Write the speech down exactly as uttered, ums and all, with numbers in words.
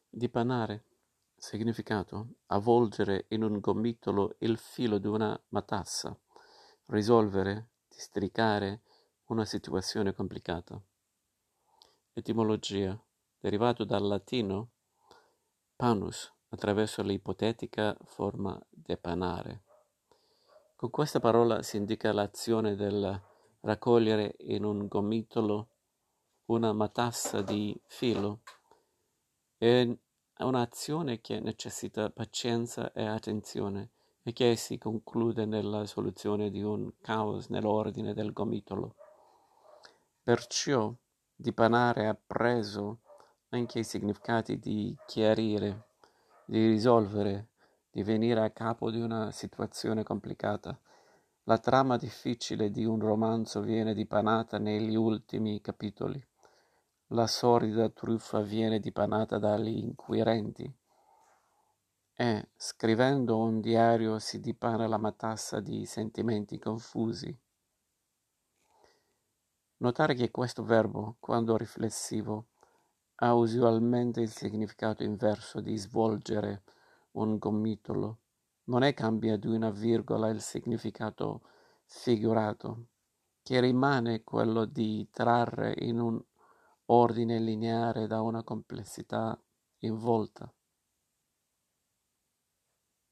Dipanare. Significato: avvolgere in un gomitolo il filo di una matassa, risolvere, districare una situazione complicata. Etimologia: derivato dal latino panus, attraverso l'ipotetica forma depanare. Con questa parola si indica l'azione del raccogliere in un gomitolo una matassa di filo. È un'azione che necessita pazienza e attenzione e che si conclude nella soluzione di un caos nell'ordine del gomitolo. Perciò dipanare ha preso anche i significati di chiarire, di risolvere, di venire a capo di una situazione complicata. La trama difficile di un romanzo viene dipanata negli ultimi capitoli. La sordida truffa viene dipanata dagli inquirenti. E, scrivendo un diario, si dipana la matassa di sentimenti confusi. Notare che questo verbo, quando riflessivo, ha usualmente il significato inverso di svolgere un gomitolo. Non è cambia di una virgola il significato figurato, che rimane quello di trarre in un ordine lineare da una complessità involta.